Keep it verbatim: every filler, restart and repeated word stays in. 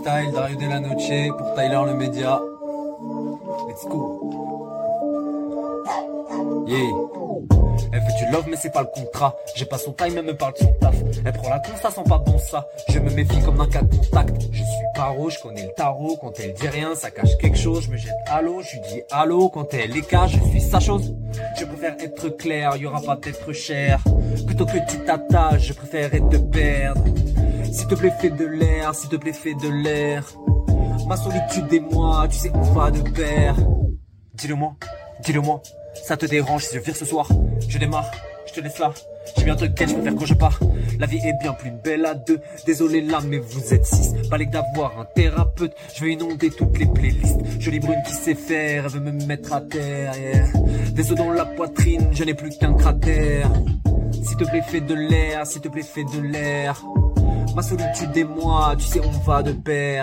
freestyle, Dario de la Noche pour Tyler le média. Let's go. Yeah. Elle fait du love mais c'est pas le contrat. J'ai pas son time, elle me parle de son taf. Elle prend la con, ça sent pas bon ça. Je me méfie comme d'un cas de contact. Je suis paro, je connais le tarot. Quand elle dit rien, ça cache quelque chose. Je me jette à l'eau, je lui dis allô. Quand elle écarte, je suis sa chose. Je préfère être clair, y aura pas d'être cher. Plutôt que tu t'attaches, je préfère être de perdre. S'il te plaît fais de l'air, s'il te plaît fais de l'air. Ma solitude et moi, tu sais on va de pair. Dis-le moi, dis-le moi. Ça te dérange si je vire ce soir? Je démarre, je te laisse là. J'ai bien te ken, je préfère quand je pars. La vie est bien plus belle à deux. Désolé là mais vous êtes six. Fallait que d'avoir un thérapeute. Je veux inonder toutes les playlists. Jolie brune qui sait faire, elle veut me mettre à terre, yeah. Des os dans la poitrine, je n'ai plus qu'un cratère. S'il te plaît fais de l'air, s'il te plaît fais de l'air. Ma solitude et moi, tu sais on va de pair.